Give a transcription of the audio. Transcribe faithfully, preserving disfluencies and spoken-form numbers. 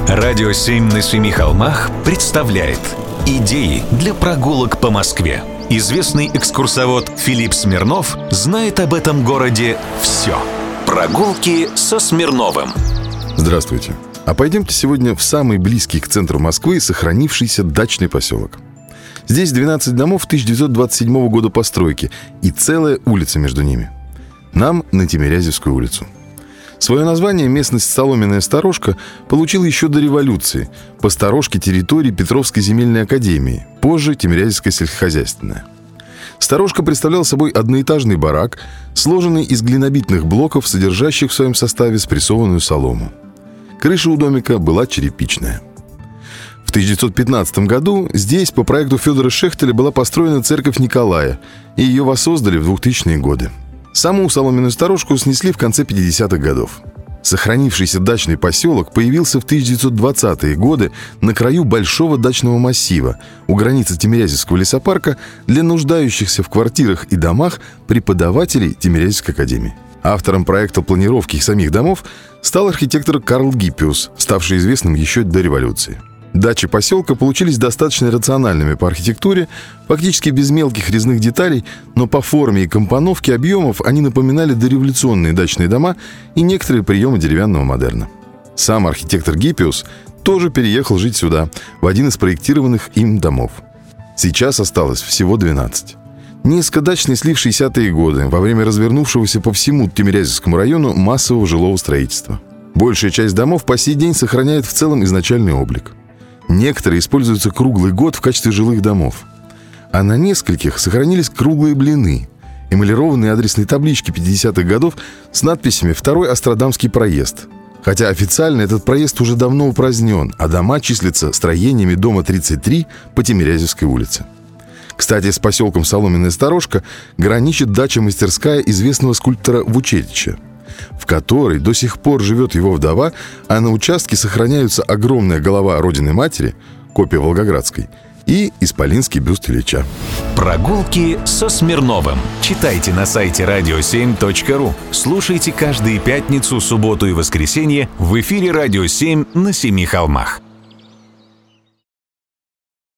Радио семь на семи холмах представляет идеи для прогулок по Москве. Известный экскурсовод Филипп Смирнов знает об этом городе все. Прогулки со Смирновым. Здравствуйте. А пойдемте сегодня в самый близкий к центру Москвы сохранившийся дачный поселок. Здесь двенадцать домов тысяча девятьсот двадцать седьмого года постройки и целая улица между ними. Нам на Тимирязевскую улицу. Свое название местность Соломенная Сторожка получила еще до революции по сторожке территории Петровской земельной академии, позже Тимирязевская сельскохозяйственная. Сторожка представляла собой одноэтажный барак, сложенный из глинобитных блоков, содержащих в своем составе спрессованную солому. Крыша у домика была черепичная. В тысяча девятьсот пятнадцатом году здесь по проекту Федора Шехтеля была построена церковь Николая, и ее воссоздали в двухтысячные годы. Саму соломенную сторожку снесли в конце пятидесятых годов. Сохранившийся дачный поселок появился в тысяча девятьсот двадцатые годы на краю большого дачного массива у границы Тимирязевского лесопарка для нуждающихся в квартирах и домах преподавателей Тимирязевской академии. Автором проекта планировки самих домов стал архитектор Карл Гиппиус, ставший известным еще до революции. Дачи поселка получились достаточно рациональными по архитектуре, фактически без мелких резных деталей, но по форме и компоновке объемов они напоминали дореволюционные дачные дома и некоторые приемы деревянного модерна. Сам архитектор Гиппиус тоже переехал жить сюда, в один из проектированных им домов. Сейчас осталось всего двенадцать. Несколько дачный слив в шестидесятые годы, во время развернувшегося по всему Тимирязевскому району массового жилого строительства. Большая часть домов по сей день сохраняет в целом изначальный облик. Некоторые используются круглый год в качестве жилых домов. А на нескольких сохранились круглые блины, эмалированные адресные таблички пятидесятых годов с надписями «Второй Остродамский проезд». Хотя официально этот проезд уже давно упразднен, а дома числятся строениями дома тридцать три по Тимирязевской улице. Кстати, с поселком Соломенная Сторожка граничит дача-мастерская известного скульптора Вучетича, в которой до сих пор живет его вдова, а на участке сохраняются огромная голова Родины Матери, копия Волгоградской, и исполинский бюст Ильича. Прогулки со Смирновым. Читайте на сайте радио семь точка ру. Слушайте каждые пятницу, субботу и воскресенье в эфире «Радио семь» на Семи холмах.